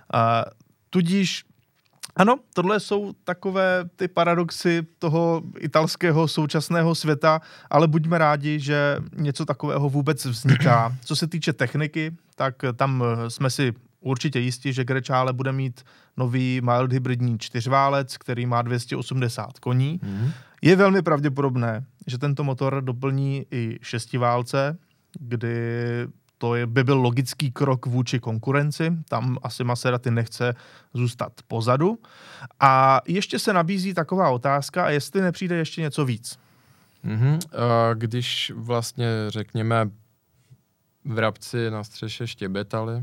Tudíž ano, tohle jsou takové ty paradoxy toho italského současného světa, ale buďme rádi, že něco takového vůbec vzniká. Co se týče techniky, tak tam jsme si určitě jistí, že Grecale bude mít nový mild hybridní čtyřválec, který má 280 koní. Je velmi pravděpodobné, že tento motor doplní i šestiválce, kdy by byl logický krok vůči konkurenci. Tam asi Maserati nechce zůstat pozadu. A ještě se nabízí taková otázka, jestli nepřijde ještě něco víc. Když vlastně, řekněme, vrabci na střeše štěbetali,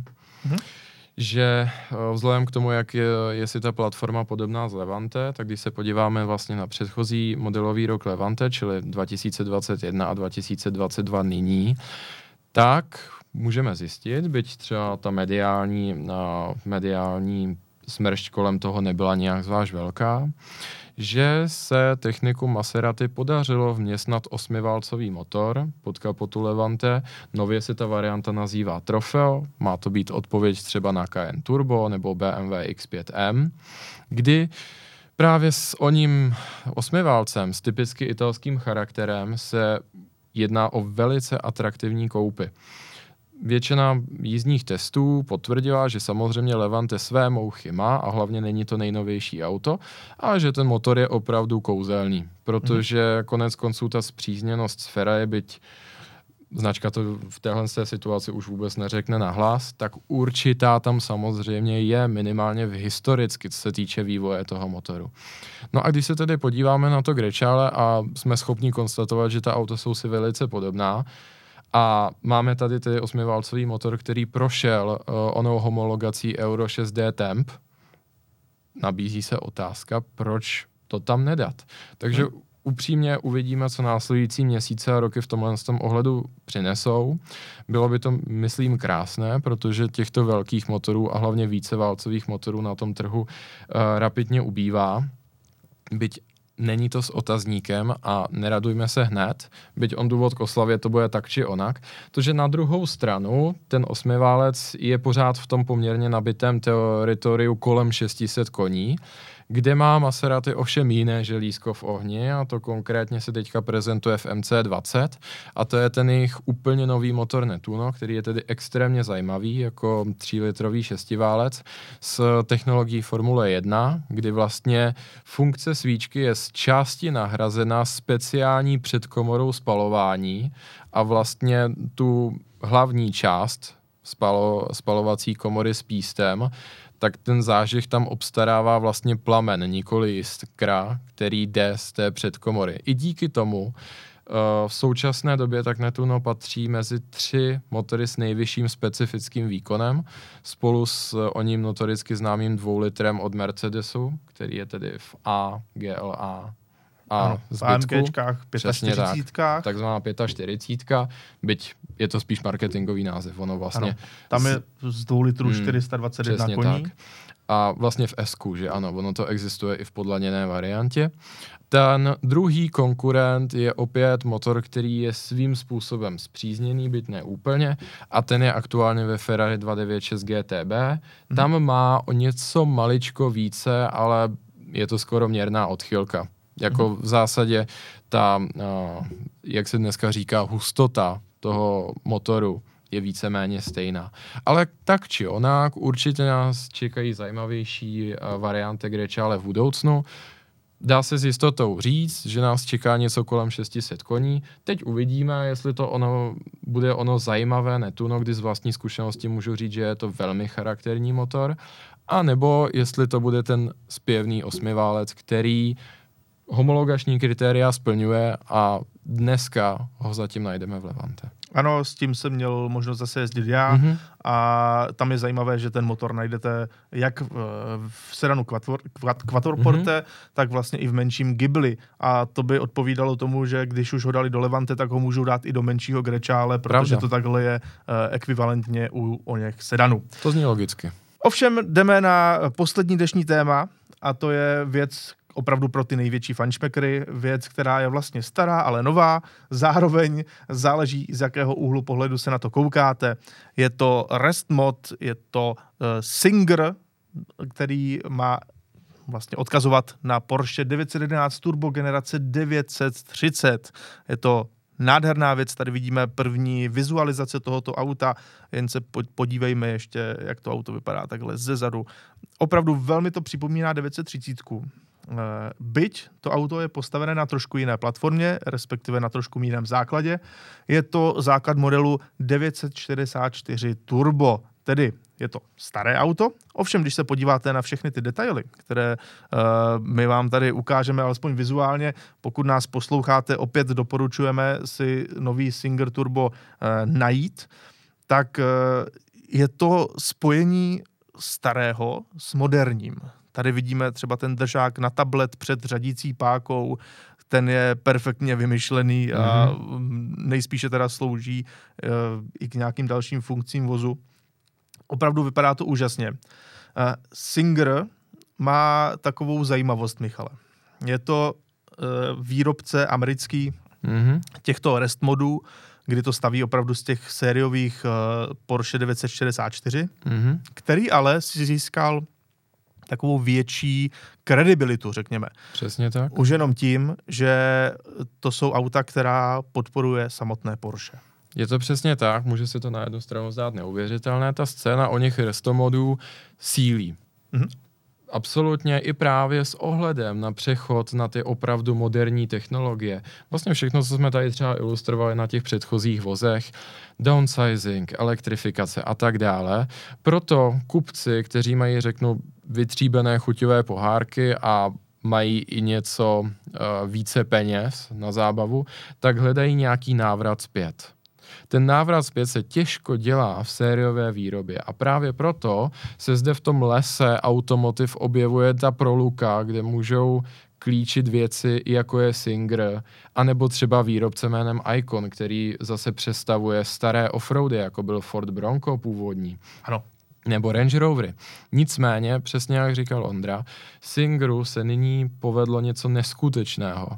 že vzhledem k tomu, jak je si ta platforma podobná z Levante, tak když se podíváme vlastně na předchozí modelový rok Levante, čili 2021 a 2022 nyní, tak můžeme zjistit, byť třeba ta mediální smršť kolem toho nebyla nějak zvlášť velká, že se techniku Maserati podařilo vměstnat 8válcový motor pod kapotu Levante. Nově se ta varianta nazývá Trofeo, má to být odpověď třeba na Cayenne Turbo nebo BMW X5M, kdy právě s oním 8válcem s typicky italským charakterem se jedná o velice atraktivní koupy. Většina jízdních testů potvrdila, že samozřejmě Levante své mouchy má a hlavně není to nejnovější auto a že ten motor je opravdu kouzelný, protože konec konců ta spřízněnost s Ferrari, byť značka to v téhle situaci už vůbec neřekne nahlas, tak určitá tam samozřejmě je minimálně historicky, co se týče vývoje toho motoru. No a když se tedy podíváme na to Grecale a jsme schopni konstatovat, že ta auta jsou si velice podobná, a máme tady tedy 8válcový motor, který prošel onou homologací Euro 6D Temp. Nabízí se otázka, proč to tam nedat. Takže upřímně uvidíme, co následující měsíce a roky v tomhle ohledu přinesou. Bylo by to, myslím, krásné, protože těchto velkých motorů a hlavně víceválcových motorů na tom trhu rapidně ubývá. Byť není to s otazníkem a neradujme se hned, byť on důvod k oslavě to bude tak či onak, protože na druhou stranu ten 8válec je pořád v tom poměrně nabitém teritoriu kolem 600 koní, kde má Maserati ovšem jiné želízko v ohni a to konkrétně se teďka prezentuje v MC20 a to je ten jejich úplně nový motor Nettuno, který je tedy extrémně zajímavý jako 3-litrový šestiválec s technologií Formule 1, kdy vlastně funkce svíčky je z části nahrazena speciální předkomorou spalování a vlastně tu hlavní část spalovací komory s pístem, tak ten zážeh tam obstarává vlastně plamen, nikoli jiskra, který jde z té předkomory. I díky tomu v současné době tak Nettuno patří mezi 3 motory s nejvyšším specifickým výkonem, spolu s oním notoricky známým 2 litrem od Mercedesu, který je tedy v A, GLA a zbytku. Přesně 45. Takzvaná 45, byť je to spíš marketingový název, ono vlastně. Ano, tam je z 2 litrů 421 koní. Tak. A vlastně v S-ku, že ano, ono to existuje i v podlaněné variantě. Ten druhý konkurent je opět motor, který je svým způsobem spřízněný, byť ne úplně, a ten je aktuálně ve Ferrari 296 GTB. Tam má o něco maličko více, ale je to skoro měrná odchylka. Jako v zásadě ta, jak se dneska říká, hustota toho motoru je víceméně stejná. Ale tak či onak, určitě nás čekají zajímavější varianty Grecale v budoucnu. Dá se s jistotou říct, že nás čeká něco kolem 600 koní. Teď uvidíme, jestli to bude ono zajímavé Nettuno, kdy z vlastní zkušenosti můžu říct, že je to velmi charakterní motor, a nebo jestli to bude ten zpěvný 8válec, který homologační kritéria splňuje a dneska ho zatím najdeme v Levante. Ano, s tím jsem měl možnost zase jezdit já a tam je zajímavé, že ten motor najdete jak v sedanu Quattroporte, tak vlastně i v menším Ghibli a to by odpovídalo tomu, že když už ho dali do Levante, tak ho můžou dát i do menšího Grecale, protože to takhle je ekvivalentně o něch sedanů. To zní logicky. Ovšem jdeme na poslední dnešní téma a to je věc opravdu pro ty největší fanšmekry, věc, která je vlastně stará, ale nová, zároveň záleží, z jakého úhlu pohledu se na to koukáte. Je to Rest Mod, je to Singer, který má vlastně odkazovat na Porsche 911 Turbo generace 930. Je to nádherná věc, tady vidíme první vizualizace tohoto auta, jen se podívejme ještě, jak to auto vypadá takhle zezadu. Opravdu velmi to připomíná 930. Byť to auto je postavené na trošku jiné platformě, respektive na trošku jiném základě, je to základ modelu 944 Turbo, tedy je to staré auto, ovšem když se podíváte na všechny ty detaily, které my vám tady ukážeme alespoň vizuálně, pokud nás posloucháte, opět doporučujeme si nový Singer Turbo najít, tak je to spojení starého s moderním. Tady vidíme třeba ten držák na tablet před řadící pákou, ten je perfektně vymyšlený a nejspíše teda slouží i k nějakým dalším funkcím vozu. Opravdu vypadá to úžasně. Singer má takovou zajímavost, Michale. Je to výrobce americký těchto rest modů, kdy to staví opravdu z těch sériových Porsche 964, který ale si získal takovou větší kredibilitu, řekněme. Přesně tak. Už jenom tím, že to jsou auta, která podporuje samotné Porsche. Je to přesně tak, může se to na jednu stranu zdát neuvěřitelné, ta scéna o něch restomodů sílí. Absolutně i právě s ohledem na přechod na ty opravdu moderní technologie. Vlastně všechno, co jsme tady třeba ilustrovali na těch předchozích vozech, downsizing, elektrifikace a tak dále. Proto kupci, kteří mají, řeknu, vytříbené chuťové pohárky a mají i něco více peněz na zábavu, tak hledají nějaký návrat zpět. Ten návrat zpět se těžko dělá v sériové výrobě a právě proto se zde v tom lese automotiv objevuje ta proluka, kde můžou klíčit věci, jako je Singer, anebo třeba výrobce jménem Icon, který zase představuje staré offroady, jako byl Ford Bronco původní. Ano. Nebo Range Rovery. Nicméně, přesně jak říkal Ondra, Singeru se nyní povedlo něco neskutečného.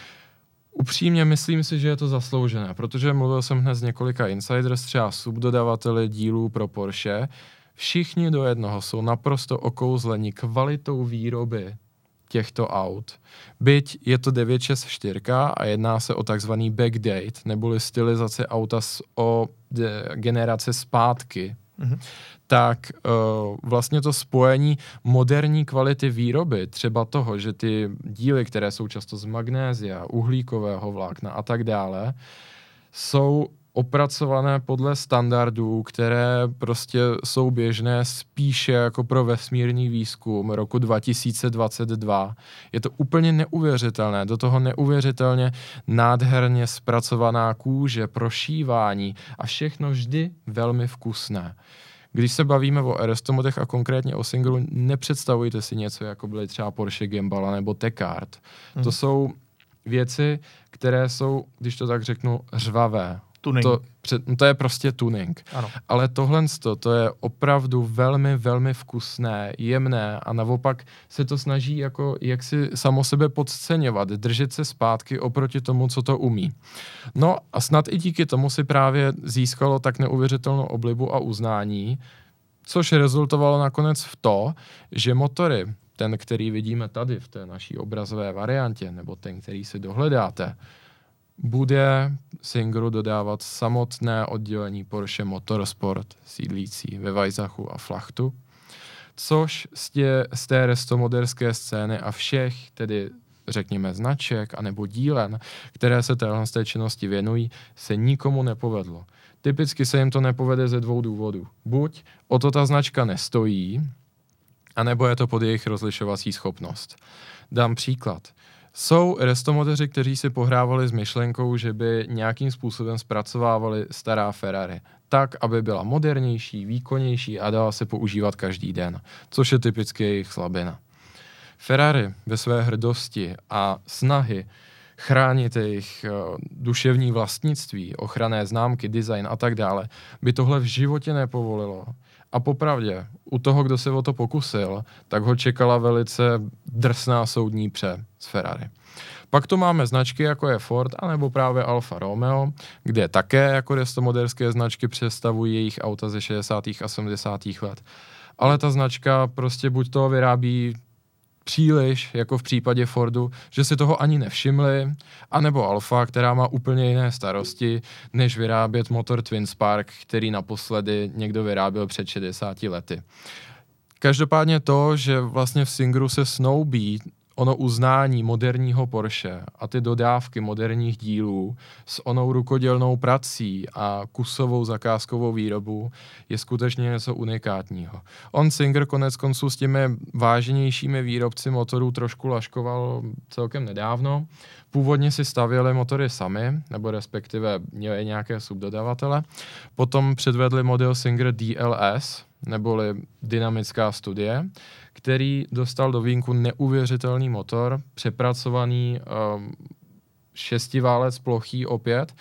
Upřímně myslím si, že je to zasloužené, protože mluvil jsem hned s několika insiders, třeba subdodavateli dílů pro Porsche. Všichni do jednoho jsou naprosto okouzleni kvalitou výroby těchto aut. Byť je to 964 a jedná se o takzvaný backdate, neboli stylizace auta o generace zpátky, tak vlastně to spojení moderní kvality výroby, třeba toho, že ty díly, které jsou často z magnézia, uhlíkového vlákna a tak dále, jsou opracované podle standardů, které prostě jsou běžné spíše jako pro vesmírný výzkum roku 2022. Je to úplně neuvěřitelné, do toho neuvěřitelně nádherně zpracovaná kůže, prošívání a všechno vždy velmi vkusné. Když se bavíme o restomodech a konkrétně o Singeru, nepředstavujte si něco, jako byly třeba Porsche Gembala nebo Tecard. To jsou věci, které jsou, když to tak řeknu, řvavé. Tuning. To je prostě tuning. Ano. Ale tohle to je opravdu velmi, velmi vkusné, jemné a naopak se to snaží jako jak si samo sebe podceňovat, držet se zpátky oproti tomu, co to umí. No a snad i díky tomu si právě získalo tak neuvěřitelnou oblibu a uznání, což rezultovalo nakonec v to, že motory, ten, který vidíme tady v té naší obrazové variantě, nebo ten, který si dohledáte, bude Singeru dodávat samotné oddělení Porsche Motorsport sídlící ve Weissachu a Flachtu, což z té restomoderské scény a všech, tedy řekněme značek anebo dílen, které se téhle činnosti věnují, se nikomu nepovedlo. Typicky se jim to nepovede ze dvou důvodů. Buď o to ta značka nestojí, anebo je to pod jejich rozlišovací schopnost. Dám příklad. Jsou restomodeři, kteří si pohrávali s myšlenkou, že by nějakým způsobem zpracovávali stará Ferrari, tak, aby byla modernější, výkonnější a dala se používat každý den, což je typicky jejich slabina. Ferrari ve své hrdosti a snahy chránit jejich duševní vlastnictví, ochranné známky, design a tak dále, by tohle v životě nepovolilo. A popravdě, u toho, kdo se o to pokusil, tak ho čekala velice drsná soudní pře z Ferrari. Pak tu máme značky, jako je Ford, anebo právě Alfa Romeo, kde také jako restomoderské značky představují jejich auta ze 60. a 70. let. Ale ta značka prostě buď toho vyrábí příliš, jako v případě Fordu, že si toho ani nevšimli, anebo Alfa, která má úplně jiné starosti, než vyrábět motor Twin Spark, který naposledy někdo vyráběl před 60 lety. Každopádně to, že vlastně v Singeru se snoubí ono uznání moderního Porsche a ty dodávky moderních dílů s onou rukodělnou prací a kusovou zakázkovou výrobu je skutečně něco unikátního. Singer konec konců s těmi váženějšími výrobci motorů trošku laškoval celkem nedávno. Původně si stavěli motory sami, nebo respektive měli nějaké subdodavatele. Potom předvedli model Singer DLS, neboli dynamická studie, který dostal do vínku neuvěřitelný motor, přepracovaný šestiválec plochý opět,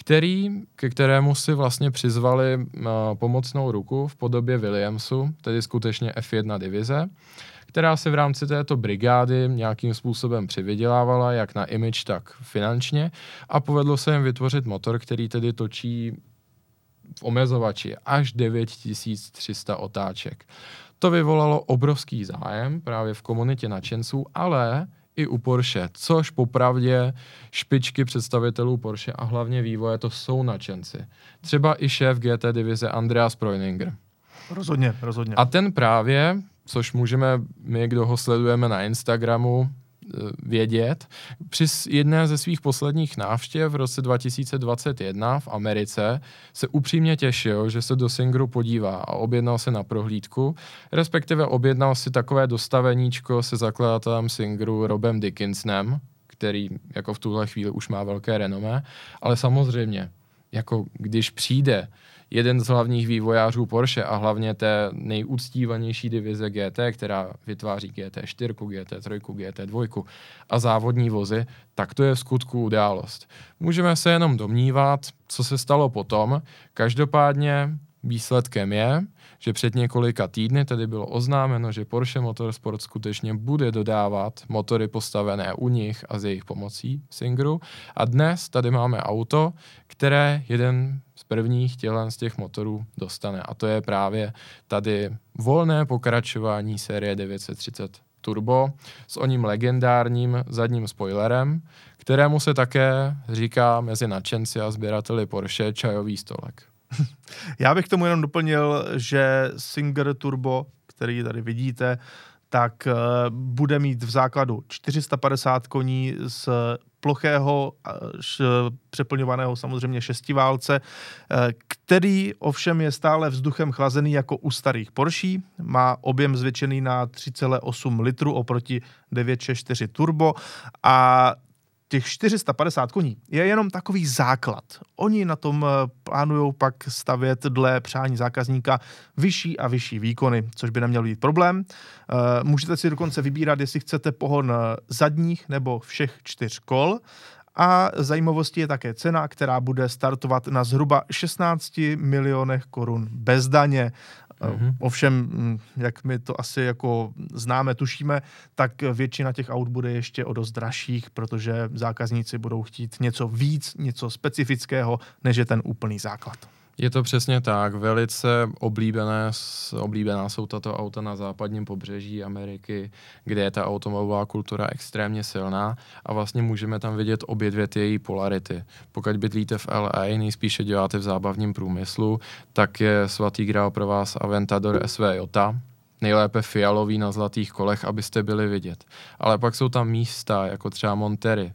ke kterému si vlastně přizvali pomocnou ruku v podobě Williamsu, tedy skutečně F1 divize, která se v rámci této brigády nějakým způsobem přivydělávala, jak na image, tak finančně, a povedlo se jim vytvořit motor, který tedy točí v omezovači až 9300 otáček. To vyvolalo obrovský zájem právě v komunitě nadšenců, ale i u Porsche, což popravdě špičky představitelů Porsche a hlavně vývoje to jsou nadšenci. Třeba i šéf GT divize Andreas Preuninger. Rozhodně. A ten právě, což můžeme my, kdo ho sledujeme na Instagramu, vědět, při jedné ze svých posledních návštěv v roce 2021 v Americe se upřímně těšil, že se do Singeru podívá a objednal se na prohlídku, respektive objednal si takové dostaveníčko se zakladatelem Singeru Robem Dickinsonem, který jako v tuhle chvíli už má velké renomé, ale samozřejmě, jako když přijde jeden z hlavních vývojářů Porsche a hlavně té nejúctívanější divize GT, která vytváří GT4, GT3, GT2 a závodní vozy, tak to je v skutku událost. Můžeme se jenom domnívat, co se stalo potom. Každopádně výsledkem je, že před několika týdny tedy bylo oznámeno, že Porsche Motorsport skutečně bude dodávat motory postavené u nich a s jejich pomocí Singeru. A dnes tady máme auto, které jeden z prvních z těch motorů dostane. A to je právě tady volné pokračování série 930 Turbo s oním legendárním zadním spoilerem, kterému se také říká mezi nadšenci a sběrateli Porsche čajový stolek. Já bych tomu jenom doplnil, že Singer Turbo, který tady vidíte, tak bude mít v základu 450 koní z plochého, přeplňovaného samozřejmě šestiválce, který ovšem je stále vzduchem chlazený jako u starých Porsche, má objem zvětšený na 3,8 litru oproti 964 Turbo a těch 450 koní je jenom takový základ. Oni na tom plánují pak stavět dle přání zákazníka vyšší a vyšší výkony, což by neměl být problém. Můžete si dokonce vybírat, jestli chcete pohon zadních nebo všech 4 kol. A zajímavostí je také cena, která bude startovat na zhruba 16 milionech korun bez daně. Ovšem, jak my to asi jako známe, tušíme, tak většina těch aut bude ještě o dost dražších, protože zákazníci budou chtít něco víc, něco specifického, než je ten úplný základ. Je to přesně tak, velice oblíbená jsou tato auta na západním pobřeží Ameriky, kde je ta automobilová kultura extrémně silná a vlastně můžeme tam vidět obě dvě ty její polarity. Pokud bydlíte v LA, nejspíše děláte v zábavním průmyslu, tak je svatý grál pro vás Aventador SVJ, nejlépe fialový na zlatých kolech, abyste byli vidět. Ale pak jsou tam místa, jako třeba Monterey,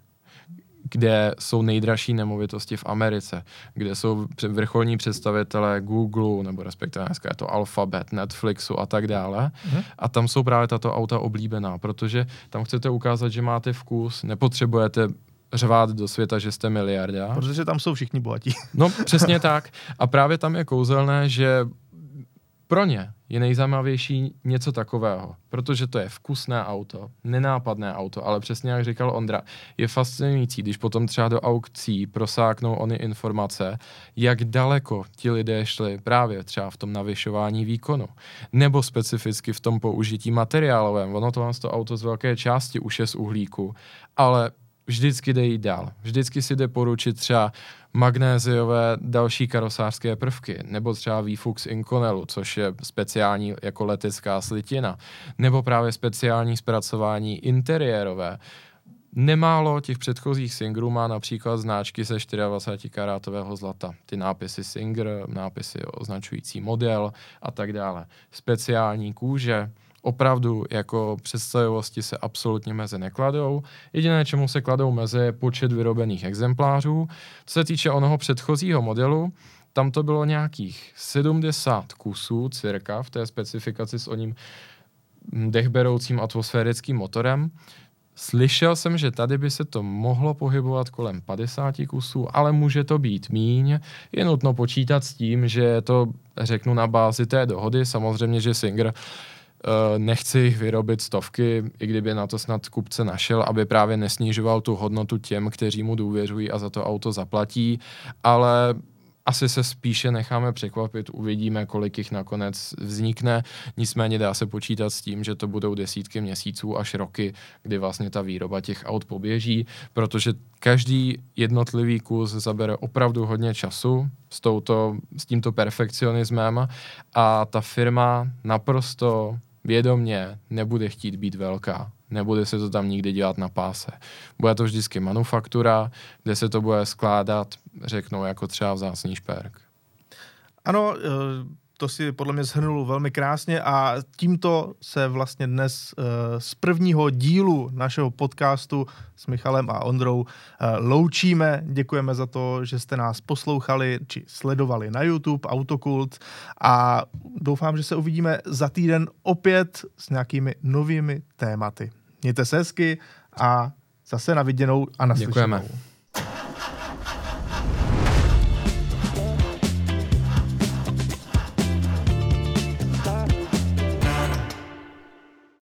kde jsou nejdražší nemovitosti v Americe, kde jsou vrcholní představitelé Google, nebo respektive dneska je to Alphabet, Netflixu a tak dále. A tam jsou právě tato auta oblíbená, protože tam chcete ukázat, že máte vkus, nepotřebujete řvát do světa, že jste miliardář. Protože tam jsou všichni bohatí. No, přesně tak. A právě tam je kouzelné, že pro ně je nejzajímavější něco takového, protože to je vkusné auto, nenápadné auto, ale přesně jak říkal Ondra, je fascinující, když potom třeba do aukcí prosáknou ony informace, jak daleko ti lidé šli právě třeba v tom navyšování výkonu, nebo specificky v tom použití materiálovém. Ono to auto z velké části už je z uhlíku, ale vždycky jde jít dál. Vždycky si jde poručit třeba magnéziové další karosářské prvky, nebo třeba výfuk z Inconelu, což je speciální jako letecká slitina, nebo právě speciální zpracování interiérové. Nemálo těch předchozích Singerů má například značky se 24 karátového zlata. Ty nápisy Singer, nápisy označující model a tak dále. Speciální kůže, opravdu jako představivosti se absolutně meze nekladou. Jediné, čemu se kladou meze, je počet vyrobených exemplářů. Co se týče onoho předchozího modelu, tam to bylo nějakých 70 kusů cirka v té specifikaci s oním dechberoucím atmosférickým motorem. Slyšel jsem, že tady by se to mohlo pohybovat kolem 50 kusů, ale může to být míň. Je nutno počítat s tím, že to řeknu na bázi té dohody. Samozřejmě, že Singer nechci jich vyrobit stovky, i kdyby na to snad kupce našel, aby právě nesnižoval tu hodnotu těm, kteří mu důvěřují a za to auto zaplatí, ale asi se spíše necháme překvapit, uvidíme, kolik jich nakonec vznikne, nicméně dá se počítat s tím, že to budou desítky měsíců až roky, kdy vlastně ta výroba těch aut poběží, protože každý jednotlivý kus zabere opravdu hodně času s tímto perfekcionismem a ta firma naprosto vědomně nebude chtít být velká. Nebude se to tam nikdy dělat na páse. Bude to vždycky manufaktura, kde se to bude skládat, řeknou, jako třeba vzácný šperk. Ano, to si podle mě shrnul velmi krásně a tímto se vlastně dnes z prvního dílu našeho podcastu s Michalem a Ondrou loučíme. Děkujeme za to, že jste nás poslouchali či sledovali na YouTube Autokult a doufám, že se uvidíme za týden opět s nějakými novými tématy. Mějte se hezky a zase na viděnou a naslyšenou. Děkujeme.